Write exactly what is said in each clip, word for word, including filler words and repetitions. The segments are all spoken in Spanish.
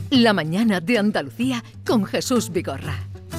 La mañana de Andalucía con Jesús Vigorra.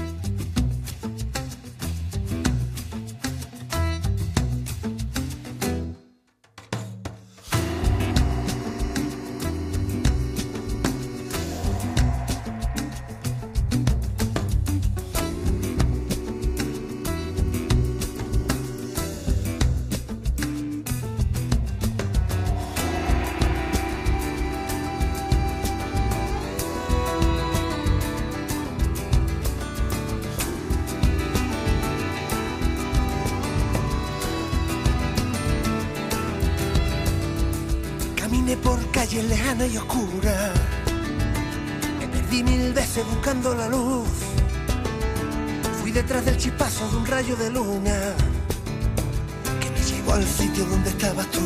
Por calles lejanas y oscuras, me perdí mil veces buscando la luz. Fui detrás del chispazo de un rayo de luna que me llevó al sitio donde estabas tú.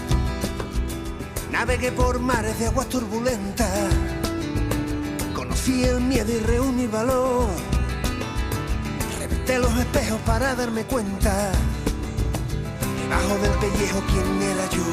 Navegué por mares de aguas turbulentas, conocí el miedo y reuní valor. Reventé los espejos para darme cuenta, debajo del pellejo quién era yo.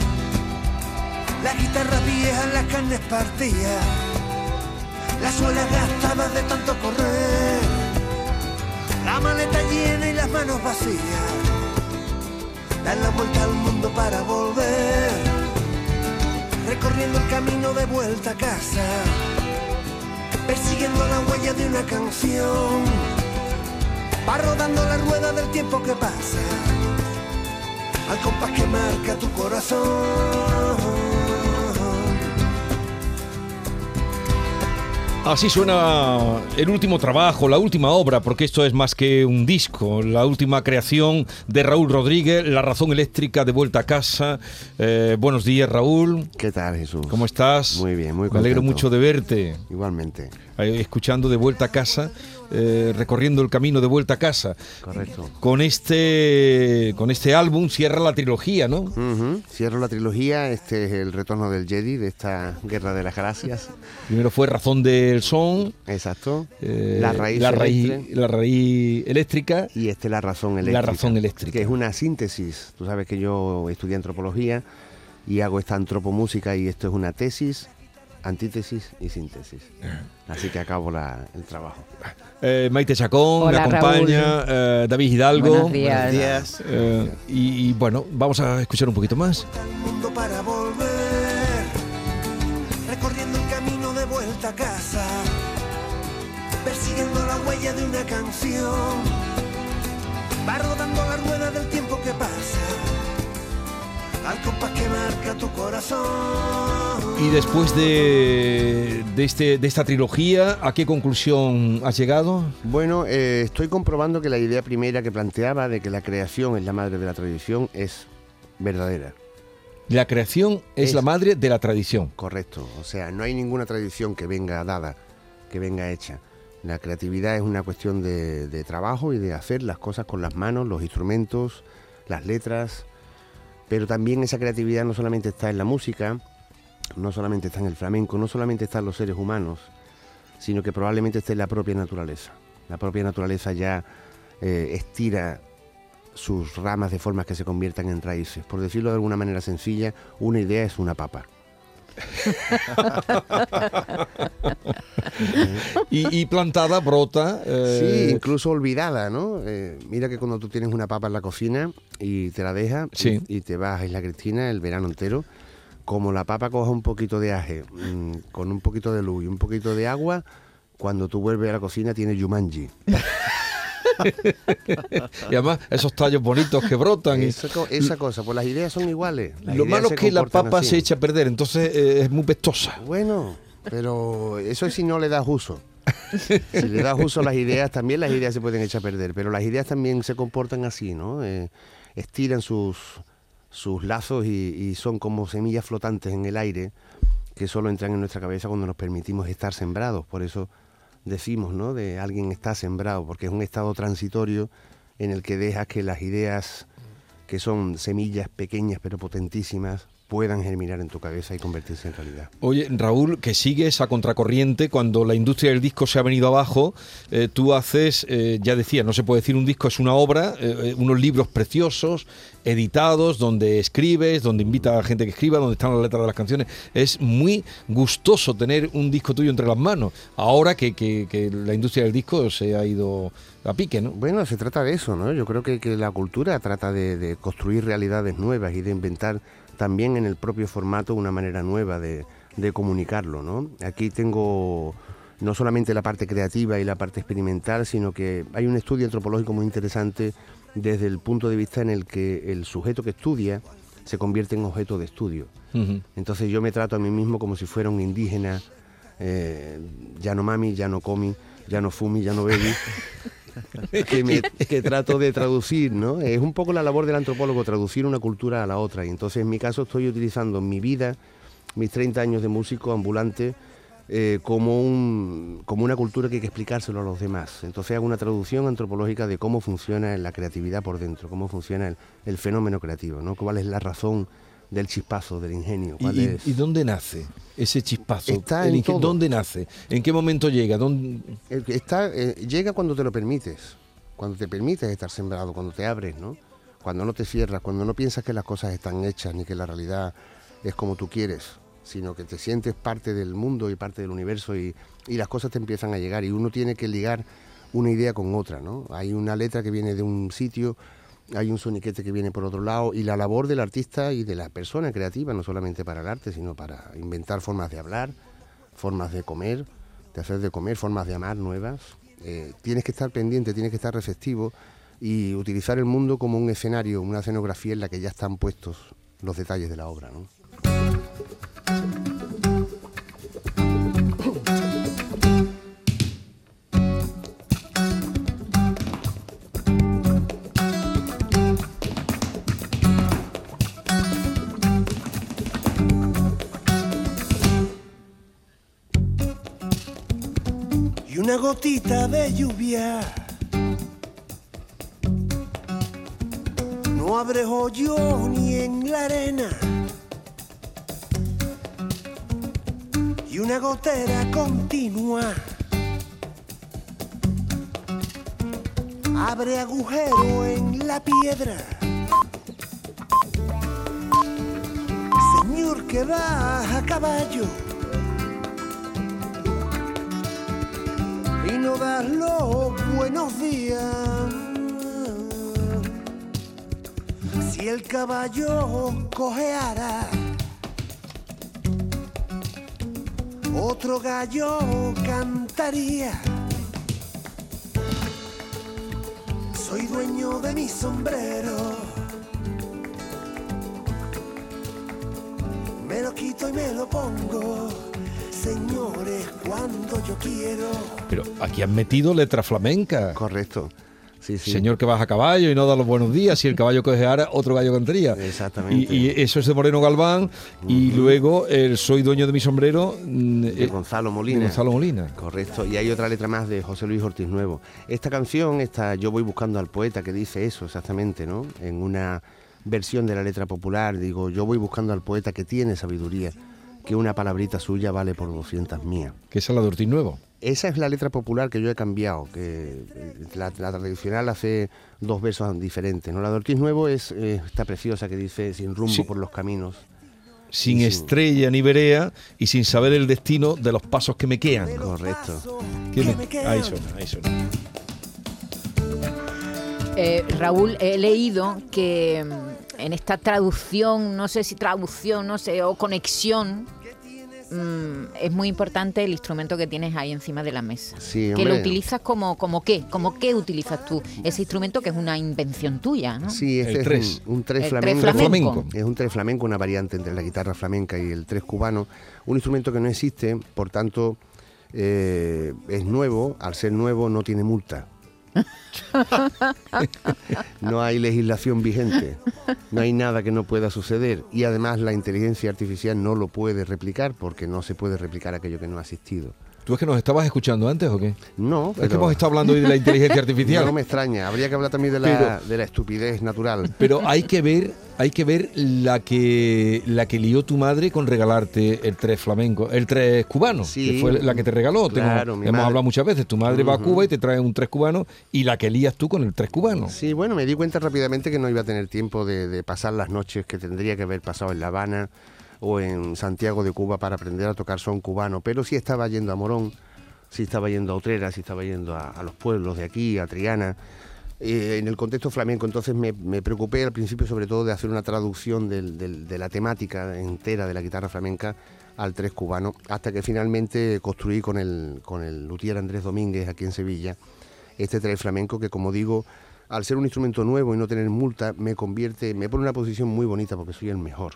La guitarra vieja, las carnes partidas, las suelas gastadas de tanto correr, la maleta llena y las manos vacías, dar la vuelta al mundo para volver, recorriendo el camino de vuelta a casa, persiguiendo la huella de una canción, va rodando la rueda del tiempo que pasa, al compás que marca tu corazón. Así suena el último trabajo, la última obra, porque esto es más que un disco, la última creación de Raúl Rodríguez, La razón eléctrica, de vuelta a casa. Eh, buenos días, Raúl. ¿Qué tal, Jesús? ¿Cómo estás? Muy bien, muy contento. Me alegro mucho de verte. Igualmente. Eh, escuchando De vuelta a casa, eh, recorriendo el camino de vuelta a casa. Correcto. Con este, con este álbum cierra la trilogía, ¿no? Uh-huh. Cierro la trilogía, este es el retorno del Jedi, de esta Guerra de las Galaxias. Primero fue Razón del Son. Exacto. Eh, la raíz la raíz, la raíz eléctrica. Y este La razón eléctrica. La razón eléctrica. Que es una síntesis. Tú sabes que yo estudié antropología y hago esta antropomúsica y esto es una tesis, antítesis y síntesis. Así que acabo la, el trabajo. Eh, Maite Chacón, Hola, me acompaña, eh, David Hidalgo. Buenos días. Buenos días. Eh, y, y bueno, vamos a escuchar un poquito más. Mundo para volver, recorriendo el camino de vuelta a casa, persiguiendo la huella de una canción, va rodando la rueda del tiempo que pasa, al compás que marca tu corazón. Y después de, de, este, de esta trilogía, ¿a qué conclusión has llegado? Bueno, eh, estoy comprobando que la idea primera que planteaba de que la creación es la madre de la tradición es verdadera. La creación es, es la madre de la tradición. Correcto, o sea, no hay ninguna tradición que venga dada, que venga hecha. La creatividad es una cuestión de, de trabajo y de hacer las cosas con las manos, los instrumentos, las letras, pero también esa creatividad no solamente está en la música, no solamente está en el flamenco, no solamente está en los seres humanos, sino que probablemente esté en la propia naturaleza. La propia naturaleza ya eh, estira sus ramas de formas que se conviertan en raíces. Por decirlo de alguna manera sencilla, una idea es una papa. y, y plantada, brota. Eh... Sí, incluso olvidada, ¿no? Eh, mira que cuando tú tienes una papa en la cocina y te la dejas, sí, y, y te vas a Isla Cristina el verano entero, como la papa coja un poquito de aje, mmm, con un poquito de luz y un poquito de agua, cuando tú vuelves a la cocina tiene Jumanji. Y además esos tallos bonitos que brotan. Esa, y... esa cosa, pues las ideas son iguales. Las Lo malo es que la papa así se echa a perder, entonces eh, es muy pestosa. Bueno, pero eso es si no le das uso. Si le das uso a las ideas, también las ideas se pueden echar a perder, pero las ideas también se comportan así, ¿no? Eh, estiran sus, sus lazos y, y son como semillas flotantes en el aire que solo entran en nuestra cabeza cuando nos permitimos estar sembrados. Por eso decimos, ¿no?, de alguien está sembrado, porque es un estado transitorio en el que dejas que las ideas que son semillas pequeñas pero potentísimas, puedan germinar en tu cabeza y convertirse en realidad. Oye, Raúl, que sigues a contracorriente cuando la industria del disco se ha venido abajo, eh, tú haces, eh, ya decía, no se puede decir un disco, es una obra, eh, unos libros preciosos, editados, donde escribes, donde invitas a gente que escriba, donde están las letras de las canciones. Es muy gustoso tener un disco tuyo entre las manos, ahora que, que, que la industria del disco se ha ido a pique, ¿no? Bueno, se trata de eso, ¿no? Yo creo que, que la cultura trata de, de construir realidades nuevas y de inventar también en el propio formato una manera nueva de, de comunicarlo, ¿no? Aquí tengo no solamente la parte creativa y la parte experimental, sino que hay un estudio antropológico muy interesante desde el punto de vista en el que el sujeto que estudia se convierte en objeto de estudio. Uh-huh. Entonces yo me trato a mí mismo como si fuera un indígena, eh, ya no mami, ya no comi, ya no fumi, ya no bebi, que, me, que trato de traducir, ¿no? Es un poco la labor del antropólogo, traducir una cultura a la otra. Y entonces en mi caso estoy utilizando mi vida, mis treinta años de músico ambulante, eh, como, un, como una cultura que hay que explicárselo a los demás. Entonces hago una traducción antropológica de cómo funciona la creatividad por dentro, cómo funciona el, el fenómeno creativo, ¿no? Cuál es la razón del chispazo, del ingenio. ¿Cuál ¿Y, es? ¿Y dónde nace ese chispazo? Está el en ingen- todo. ¿Dónde nace? ¿En qué momento llega? ¿Dónde... Está, eh, llega cuando te lo permites, cuando te permites estar sembrado, cuando te abres, ¿no? Cuando no te cierras, cuando no piensas que las cosas están hechas ni que la realidad es como tú quieres, sino que te sientes parte del mundo y parte del universo y, y las cosas te empiezan a llegar y uno tiene que ligar una idea con otra, ¿no? Hay una letra que viene de un sitio, hay un soniquete que viene por otro lado y la labor del artista y de la persona creativa, no solamente para el arte, sino para inventar formas de hablar, formas de comer, de hacer de comer, formas de amar nuevas. Eh, tienes que estar pendiente, tienes que estar receptivo y utilizar el mundo como un escenario, una escenografía en la que ya están puestos los detalles de la obra, ¿no? Y una gotita de lluvia no abre hoyo ni en la arena, y una gotera continua abre agujero en la piedra. Señor que va a caballo y no das los buenos días, si el caballo cojeara, otro gallo cantaría. Soy dueño de mi sombrero, me lo quito y me lo pongo, señores, cuando yo quiero. Pero aquí han metido letra flamenca. Correcto. Sí, sí. Señor que vas a caballo y no da los buenos días, si el caballo cojeara, otro gallo cantaría. Exactamente. Y, y eso es de Moreno Galván, uh-huh. Y luego el Soy dueño de mi sombrero de eh, Gonzalo Molina. De Gonzalo Molina. Correcto. Y hay otra letra más de José Luis Ortiz Nuevo. Esta canción, esta Yo voy buscando al poeta, que dice eso exactamente, ¿no? En una versión de la letra popular, digo, yo voy buscando al poeta que tiene sabiduría, que una palabrita suya vale por doscientas mías. ¿Que esa es la de Ortiz Nuevo? Esa es la letra popular que yo he cambiado, que la, la tradicional hace dos versos diferentes, ¿no? La de Ortiz Nuevo es eh, esta preciosa que dice, sin rumbo sí. por los caminos. Sin, sin estrella ni verea y sin saber el destino de los pasos que me quedan. Correcto. ¿Quién me quedan? Ahí suena, ahí suena. Eh, Raúl, he leído que en esta traducción, no sé si traducción, no sé, o conexión, Mm, es muy importante el instrumento que tienes ahí encima de la mesa. Sí, que lo utilizas como, como qué, como qué utilizas tú ese instrumento que es una invención tuya, ¿no? Sí, este el es tres. un, un tres el flamenco. tres flamenco. Es un tres flamenco, una variante entre la guitarra flamenca y el tres cubano. Un instrumento que no existe, por tanto, eh, es nuevo. Al ser nuevo no tiene multa. No hay legislación vigente, no hay nada que no pueda suceder y además la inteligencia artificial no lo puede replicar porque no se puede replicar aquello que no ha existido. ¿Tú es que nos estabas escuchando antes o qué? No, Es que hemos estado hablando hoy de la inteligencia artificial. No me extraña, habría que hablar también de la, Pero- de la estupidez natural. Pero hay que ver, hay que ver la que la que lió tu madre con regalarte el tres flamenco, el tres cubano, Sí. que fue la que te regaló. Claro, Tengo- mi hemos madre. hablado muchas veces. Tu madre va a Ujú. Cuba y te trae un tres cubano y la que lías tú con el tres cubano. Sí, bueno, me di cuenta rápidamente que no iba a tener tiempo de, de pasar las noches que tendría que haber pasado en La Habana o en Santiago de Cuba para aprender a tocar son cubano, pero sí estaba yendo a Morón, sí estaba yendo a Utrera, sí estaba yendo a, a los pueblos de aquí, a Triana, eh, en el contexto flamenco. Entonces me, me preocupé al principio sobre todo de hacer una traducción del- del- de la temática entera de la guitarra flamenca al tres cubano, hasta que finalmente construí con el, con el luthier Andrés Domínguez aquí en Sevilla este tres flamenco que, como digo, al ser un instrumento nuevo y no tener multa, me convierte, me pone en una posición muy bonita porque soy el mejor.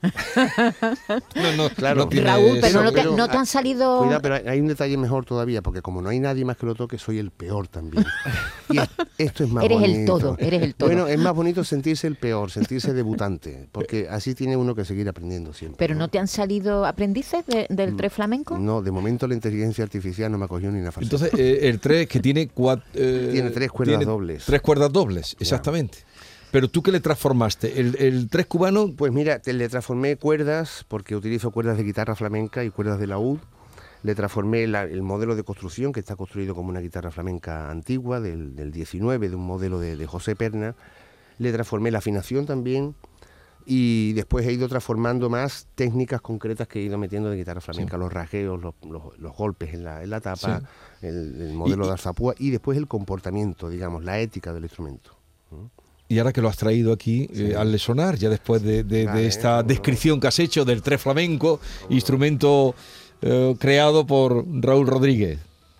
No, no, Claro. no tiene Raúl, pero eso, no te, pero- no te han salido... Cuidado, pero hay hay un detalle mejor todavía, porque como no hay nadie más que lo toque, soy el peor también. Y es- esto es más Eres bonito. el todo, eres el todo. Bueno, es más bonito sentirse el peor, sentirse debutante, porque así tiene uno que seguir aprendiendo siempre. ¿Pero no te han salido aprendices de- del tres flamenco? No, de momento la inteligencia artificial no me acogió ni una fase. Entonces, eh, el tres que tiene cuatro... Tiene tres cuerdas dobles. Tres cuerdas dobles, exactamente. Pero tú, ¿qué le transformaste? ¿El, el tres cubano? Pues mira, te, le transformé cuerdas, porque utilizo cuerdas de guitarra flamenca y cuerdas de laúd. Le transformé la- el modelo de construcción, que está construido como una guitarra flamenca antigua, del, del diecinueve, de un modelo de, de José Perna. Le transformé la afinación también. Y después he ido transformando más técnicas concretas que he ido metiendo de guitarra flamenca, Sí. los rajeos, los, los- los golpes en la, en la tapa, Sí. el, el modelo Y- y- de alzapúa y después el comportamiento, digamos, la ética del instrumento. Y ahora que lo has traído aquí, eh, al sonar, ya después de, de- de Vale, esta bueno. descripción que has hecho del tres flamenco, instrumento eh, creado por Raúl Rodríguez,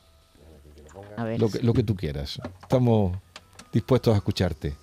A ver. lo que, lo que tú quieras. Estamos dispuestos a escucharte.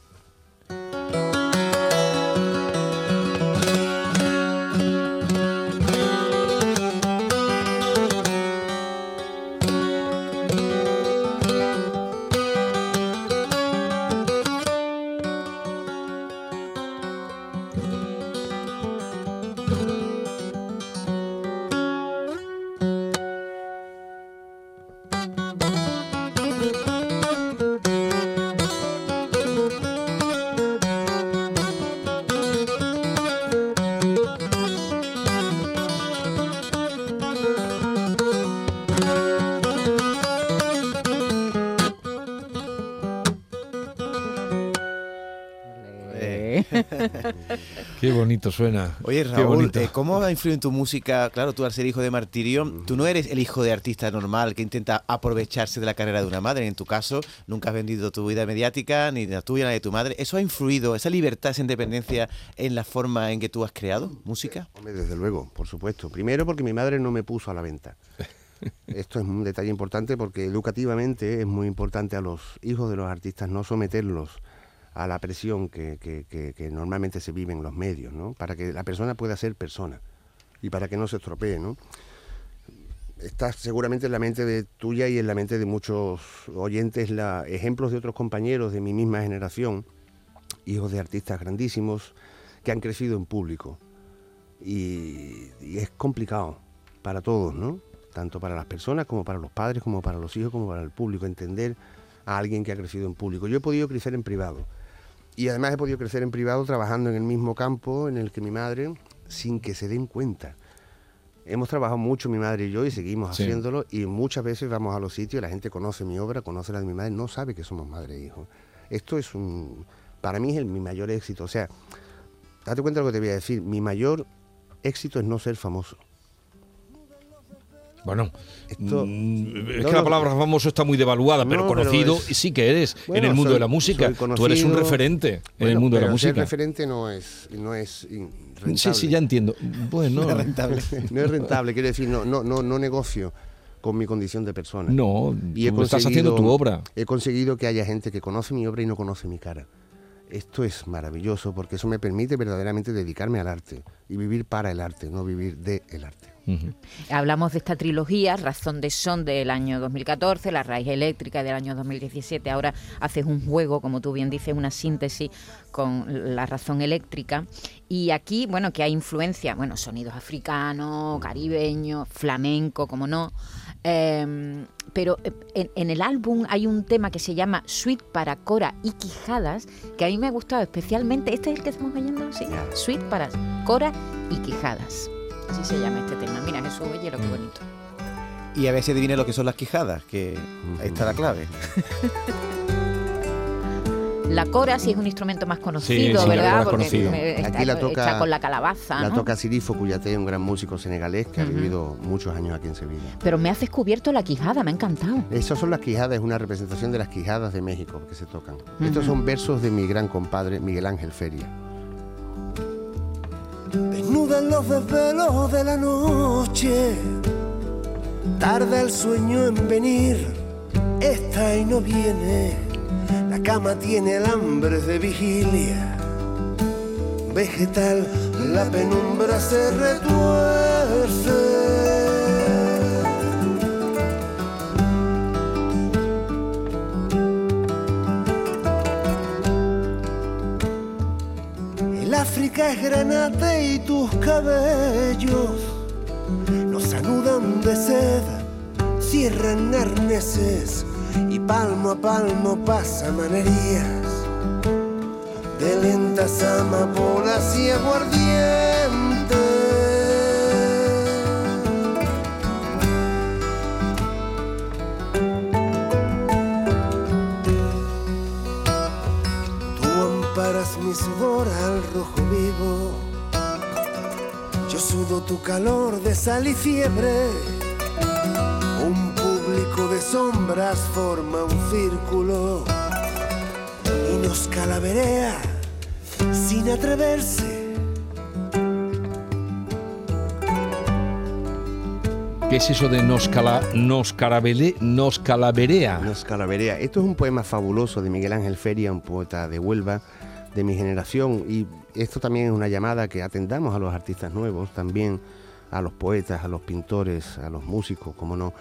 Eh. Qué bonito suena. Oye, Qué Raúl, bonito. eh, ¿cómo ha influido en tu música? Claro, tú al ser hijo de Martirio, tú no eres el hijo de artista normal que intenta aprovecharse de la carrera de una madre. En tu caso, nunca has vendido tu vida mediática, ni la tuya, ni la de tu madre. ¿Eso ha influido, esa libertad, esa independencia, en la forma en que tú has creado música? Hombre, desde luego, por supuesto. Primero porque mi madre no me puso a la venta. Esto es un detalle importante porque educativamente es muy importante a los hijos de los artistas no someterlos a la presión que, que- que- que normalmente se vive en los medios, ¿no? Para que la persona pueda ser persona y para que no se estropee, ¿no? Está seguramente en la mente de tuya y en la mente de muchos oyentes la, ejemplos de otros compañeros de mi misma generación, hijos de artistas grandísimos que han crecido en público. Y, y es complicado para todos, ¿no? Tanto para las personas como para los padres, como para los hijos, como para el público, entender a alguien que ha crecido en público. Yo he podido crecer en privado y además he podido crecer en privado trabajando en el mismo campo en el que mi madre, sin que se den cuenta. Hemos trabajado mucho mi madre y yo y seguimos Sí. haciéndolo y muchas veces vamos a los sitios, la gente conoce mi obra, conoce la de mi madre, no sabe que somos madre e hijo. Esto es un, para mí es el, mi mayor éxito. O sea, date cuenta de lo que te voy a decir, mi mayor éxito es no ser famoso. Bueno, Esto- mm, es no, que la no, palabra famoso está muy devaluada, pero no, pero conocido es- sí que eres Bueno, en el mundo soy- de la música. soy Tú eres un conocido. referente en el Bueno, mundo de la pero ser música. referente no es, no es in- rentable. Sí, sí, ya entiendo. Bueno, No es rentable. No es rentable, quiero decir, no, no, no, no negocio con mi condición de persona. no, Y he tú estás haciendo tu conseguido- obra. He conseguido que haya gente que conoce mi obra y no conoce mi cara. Esto es maravilloso porque eso me permite verdaderamente dedicarme al arte y vivir para el arte, no vivir de el arte. Uh-huh. Hablamos de esta trilogía, Razón de Son del año dos mil catorce, La Raíz Eléctrica del año dos mil diecisiete. Ahora haces un juego, como tú bien dices, una síntesis con La Razón Eléctrica. Y aquí, bueno, que hay influencia, bueno, sonidos africanos, caribeños, flamenco, como no. Eh, pero en, en el álbum hay un tema que se llama Suite para Cora y Quijadas, que a mí me ha gustado especialmente. ¿Este es el que estamos oyendo? Sí, Suite para Cora y Quijadas. Así se llama este tema. Mira, Jesús, oye, lo que bonito. Y a ver si adivina lo que son las quijadas, que ahí está la clave. La cora sí es un instrumento más conocido, sí, sí, ¿verdad? más Porque conocido. está Aquí la toca- hecha con la calabaza, La ¿no? toca Sirifo Cuyate, un gran músico senegalés que Ujú. ha vivido muchos años aquí en Sevilla. Pero me has descubierto la quijada, me ha encantado. Esas son las quijadas, es una representación de las quijadas de México que se tocan. Estos Ujú. son versos de mi gran compadre Miguel Ángel Feria. Desnudan los desvelos de la noche, tarda el sueño en venir, esta y no viene, la cama tiene alambres de vigilia, vegetal, la penumbra se retuerce. El África es granate y tus cabellos nos anudan de seda, cierran arneses y palmo a palmo pasamanerías de lentas amapolas y aguardiente. Tú amparas mi sudor al rojo vivo, yo sudo tu calor de sal y fiebre. Un público de sombras forma un círculo y nos calaverea sin atreverse. ¿Qué es eso de nos, cala, nos, carabele, nos calaverea? Nos calaverea. Esto es un poema fabuloso de Miguel Ángel Feria, un poeta de Huelva, de mi generación, y esto también es una llamada que atendamos a los artistas nuevos, también a los poetas, a los pintores, a los músicos, como no.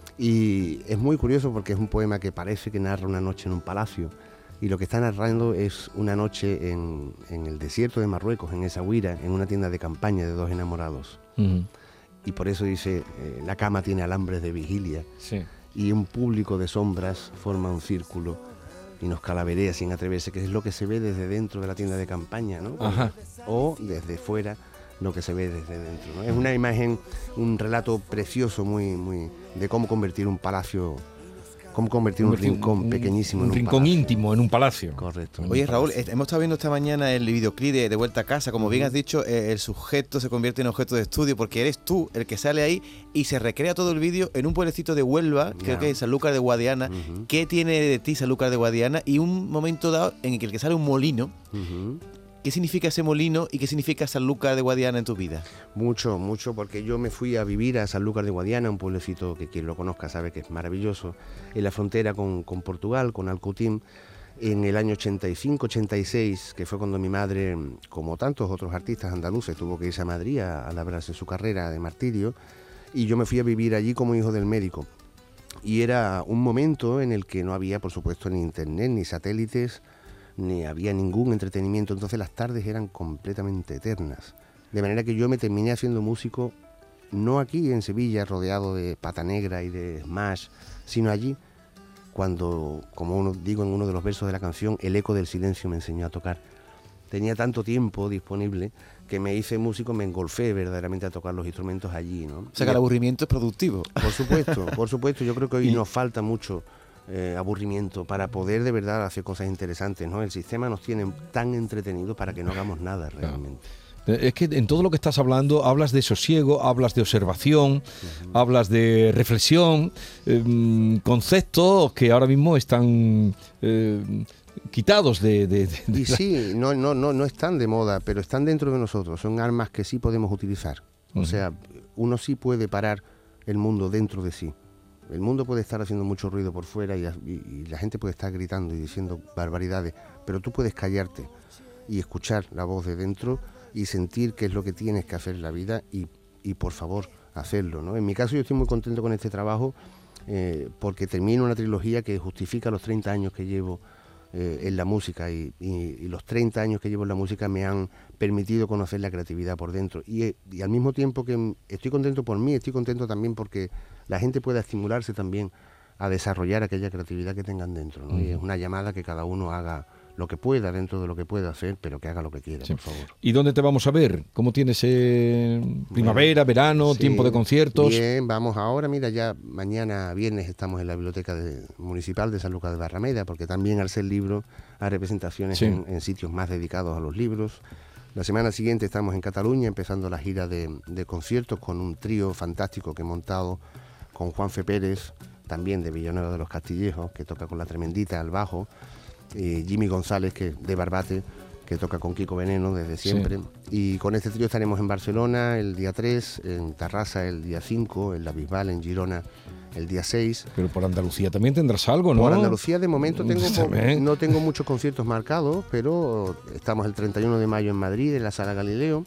Y es muy curioso porque es un poema que parece que narra una noche en un palacio, y lo que está narrando es una noche en, en el desierto de Marruecos, en Essaouira, en una tienda de campaña de dos enamorados. Uh-huh. Y por eso dice, eh, la cama tiene alambres de vigilia, Sí. y un público de sombras forma un círculo y nos calaverea sin atreverse, que es lo que se ve desde dentro de la tienda de campaña, ¿no? Ajá. O desde fuera lo que se ve desde dentro, ¿no? Es una imagen, un relato precioso muy, muy de cómo convertir un palacio, cómo convertir un rincón pequeñísimo un en un rincón palacio. íntimo en un palacio. Correcto. Oye, Raúl, eh, hemos estado viendo esta mañana el videoclip de, de Vuelta a Casa. Como bien has dicho, eh, el sujeto se convierte en objeto de estudio porque eres tú el que sale ahí y se recrea todo el vídeo en un pueblecito de Huelva, Ya. creo que es Sanlúcar de Guadiana. Ujú. ¿Qué tiene de ti Sanlúcar de Guadiana? Y un momento dado en el que sale un molino. Ujú. ¿Qué significa ese molino y qué significa Sanlúcar de Guadiana en tu vida? Mucho, mucho, porque yo me fui a vivir a Sanlúcar de Guadiana, un pueblecito que quien lo conozca sabe que es maravilloso, en la frontera con, con Portugal, con Alcoutim, en el año ochenta y cinco, ochenta y seis, que fue cuando mi madre, como tantos otros artistas andaluces, tuvo que irse a Madrid a, a labrarse su carrera de martirio, y yo me fui a vivir allí como hijo del médico. Y era un momento en el que no había, por supuesto, ni internet, ni satélites, ni había ningún entretenimiento, entonces las tardes eran completamente eternas. De manera que yo me terminé haciendo músico, no aquí en Sevilla, rodeado de Pata Negra y de Smash, sino allí, cuando, como uno, digo en uno de los versos de la canción, el eco del silencio me enseñó a tocar. Tenía tanto tiempo disponible que me hice músico, me engolfé verdaderamente a tocar los instrumentos allí, ¿no? O sea que el aburrimiento es productivo. Por supuesto, por supuesto, yo creo que hoy Y- nos falta mucho eh, aburrimiento para poder de verdad hacer cosas interesantes, ¿no? El sistema nos tiene tan entretenidos para que no hagamos nada realmente. Es que en todo lo que estás hablando hablas de sosiego, hablas de observación, hablas de reflexión, eh, conceptos que ahora mismo están eh, quitados de... de- de- de Y la- sí, no, no, no, no están de moda, pero están dentro de nosotros, son armas que sí podemos utilizar. O Ujú. sea, uno sí puede parar el mundo dentro de sí. El mundo puede estar haciendo mucho ruido por fuera y, y- y la gente puede estar gritando y diciendo barbaridades, pero tú puedes callarte y escuchar la voz de dentro y sentir qué es lo que tienes que hacer en la vida y, y por favor, hacerlo, ¿no? En mi caso yo estoy muy contento con este trabajo eh, porque termino una trilogía que justifica los treinta años que llevo eh, en la música y, y, y los treinta años que llevo en la música me han permitido conocer la creatividad por dentro y, y al mismo tiempo que estoy contento por mí, estoy contento también porque la gente pueda estimularse también a desarrollar aquella creatividad que tengan dentro, ¿no? Uh-huh. Y es una llamada que cada uno haga lo que pueda dentro de lo que pueda hacer, pero que haga lo que quiera, sí. Por favor. ¿Y dónde te vamos a ver? ¿Cómo tienes eh, primavera, bueno, verano, sí, tiempo de conciertos? Bien, vamos ahora, mira, ya mañana viernes estamos en la Biblioteca de, Municipal de San Lucas de Barrameda, porque también al ser libro hay representaciones sí. en, en sitios más dedicados a los libros. La semana siguiente estamos en Cataluña, empezando la gira de, de conciertos con un trío fantástico que he montado con Juanfe Pérez, también de Villanueva de los Castillejos, que toca con La Tremendita al bajo, y Jimmy González, que de Barbate, que toca con Kiko Veneno desde siempre. Sí. Y con este trío estaremos en Barcelona el día tres, en Tarrasa el día cinco, en La Bisbal, en Girona el día seis. Pero por Andalucía también tendrás algo, ¿no? Por Andalucía de momento tengo no tengo muchos conciertos marcados, pero estamos el treinta y uno de mayo en Madrid, en la Sala Galileo,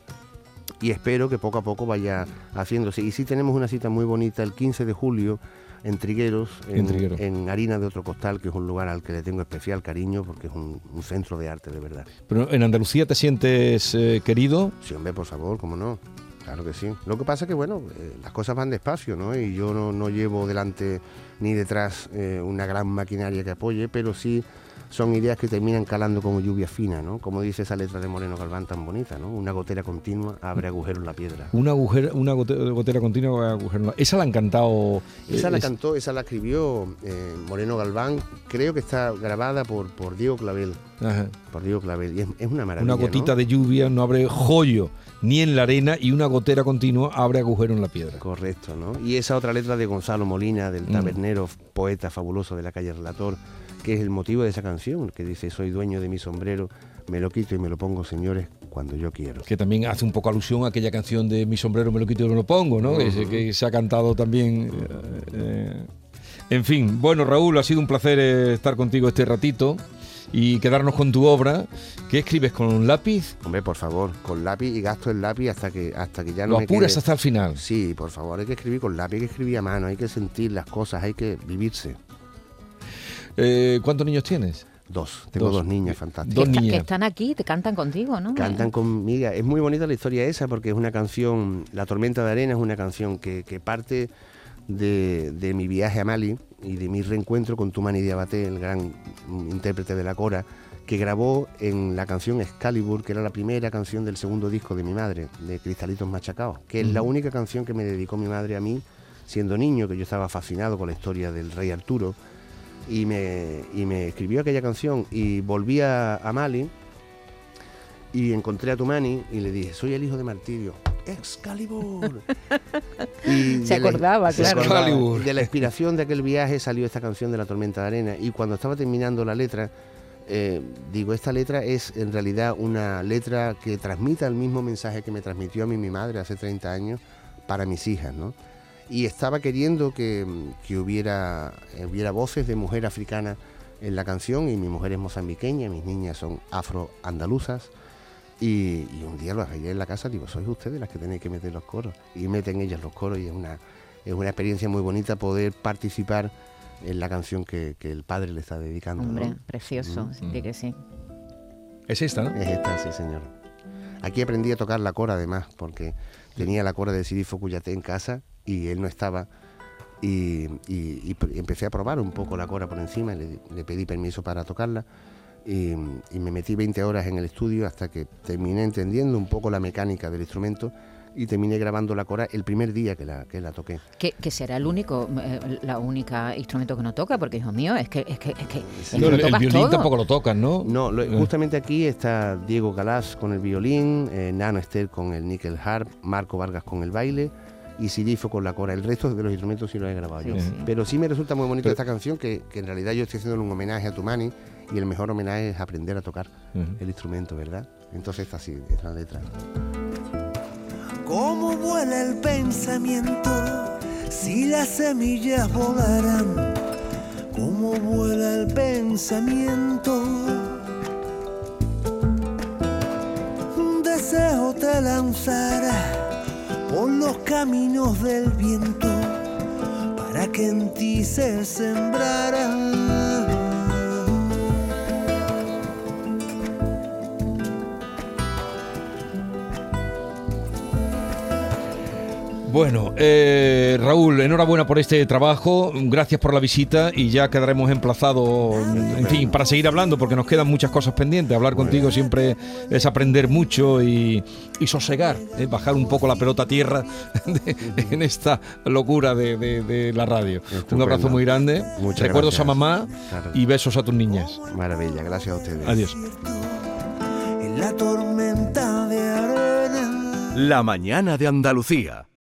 y espero que poco a poco vaya haciéndose. Y sí tenemos una cita muy bonita el quince de julio, en Trigueros, en, en, Trigueros. en Harina de Otro Costal, que es un lugar al que le tengo especial cariño porque es un, un centro de arte de verdad. ¿Pero en Andalucía te sientes eh, querido? Sí, hombre, por favor, cómo no. Claro que sí. Lo que pasa es que, bueno, eh, las cosas van despacio, ¿no? Y yo no, no llevo delante ni detrás eh, una gran maquinaria que apoye, pero sí son ideas que terminan calando como lluvia fina, ¿no? Como dice esa letra de Moreno Galván tan bonita, ¿no? Una gotera continua abre agujero en la piedra. Una agujera, una gotera, gotera continua abre agujero en la... Esa la han cantado... Esa eh, la es... cantó, esa la escribió eh, Moreno Galván, creo que está grabada por, por Diego Clavel. Ajá. Por Diego Clavel, y es, es una maravilla, una gotita, ¿no? De lluvia no abre joyo ni en la arena y una gotera continua abre agujero en la piedra. Correcto, ¿no? Y esa otra letra de Gonzalo Molina, del tabernero, mm. poeta fabuloso de la calle Relator, que es el motivo de esa canción, que dice: soy dueño de mi sombrero, me lo quito y me lo pongo, señores, cuando yo quiero. Que también hace un poco alusión a aquella canción de Mi sombrero me lo quito y me lo pongo, ¿no? Uh-huh. que, que se ha cantado también. Eh, eh. En fin, bueno, Raúl, ha sido un placer estar contigo este ratito y quedarnos con tu obra. ¿Qué escribes, con lápiz? Hombre, por favor, con lápiz, y gasto el lápiz hasta que hasta que ya no ¿Lo me apuras quede... hasta el final? Sí, por favor, hay que escribir con lápiz, hay que escribir a mano, hay que sentir las cosas, hay que vivirse. Eh, ¿Cuántos niños tienes? Dos, tengo dos, dos niñas fantásticas. Dos niñas. Que están aquí, te cantan contigo, ¿no? Cantan conmigo. Es muy bonita la historia esa porque es una canción, La tormenta de arena es una canción que, que parte de, de mi viaje a Mali y de mi reencuentro con Toumani Diabaté, el gran intérprete de la cora, que grabó en la canción Excalibur, que era la primera canción del segundo disco de mi madre, de Cristalitos Machacados, que es uh-huh. la única canción que me dedicó mi madre a mí, siendo niño, que yo estaba fascinado con la historia del rey Arturo. Y me, y me escribió aquella canción y volví a, a Mali y encontré a Toumani y le dije: soy el hijo de Martirio, Excalibur. Y se acordaba, la, claro. Se acordaba. De la inspiración de aquel viaje salió esta canción de La tormenta de arena, y cuando estaba terminando la letra, eh, digo, esta letra es en realidad una letra que transmite el mismo mensaje que me transmitió a mí mi madre hace treinta años para mis hijas, ¿no? Y estaba queriendo que, que hubiera, hubiera voces de mujer africana en la canción, y mi mujer es mozambiqueña, mis niñas son afroandaluzas, y, y un día los veía en la casa, digo: sois ustedes las que tenéis que meter los coros, y meten ellas los coros, y es una, es una experiencia muy bonita poder participar en la canción que, que el padre le está dedicando. Hombre, ¿no? Precioso, mm. sí que sí. Es esta, ¿no? Es esta, sí, señor. Aquí aprendí a tocar la cora, además, porque tenía la cora de Sirifo Cuyaté en casa y él no estaba, y, y, y empecé a probar un poco la cora por encima, y le, le pedí permiso para tocarla, y, y me metí veinte horas en el estudio hasta que terminé entendiendo un poco la mecánica del instrumento, y terminé grabando la cora el primer día que la, que la toqué. Que, que será el único, eh, la única instrumento que no toca, porque, hijo mío, es que es que es que, sí. es que el, el violín todo. Tampoco lo tocan, ¿no? No, lo, justamente aquí está Diego Galás con el violín, eh, Nano Ester con el níquel harp, Marco Vargas con el baile y Sirifo con la cora. El resto de los instrumentos sí los he grabado sí, yo. Sí. Pero sí me resulta muy bonita Pero, esta canción, que, que en realidad yo estoy haciendo un homenaje a Toumani, y el mejor homenaje es aprender a tocar uh-huh. el instrumento, ¿verdad? Entonces esta sí, es la letra. Cómo vuela el pensamiento si las semillas volaran. Cómo vuela el pensamiento. Un deseo la lanzara por los caminos del viento para que en ti se sembrara. Bueno, eh, Raúl, enhorabuena por este trabajo, gracias por la visita y ya quedaremos emplazados, en fin, para seguir hablando porque nos quedan muchas cosas pendientes. Hablar contigo siempre es aprender mucho y, y sosegar, eh, bajar un poco la pelota a tierra de, en esta locura de, de, de la radio. Estupendo. Un abrazo muy grande, Muchas recuerdos gracias. a mamá Claro. y besos a tus niñas. Maravilla, gracias a ustedes. Adiós. En la tormenta de arena. La mañana de Andalucía.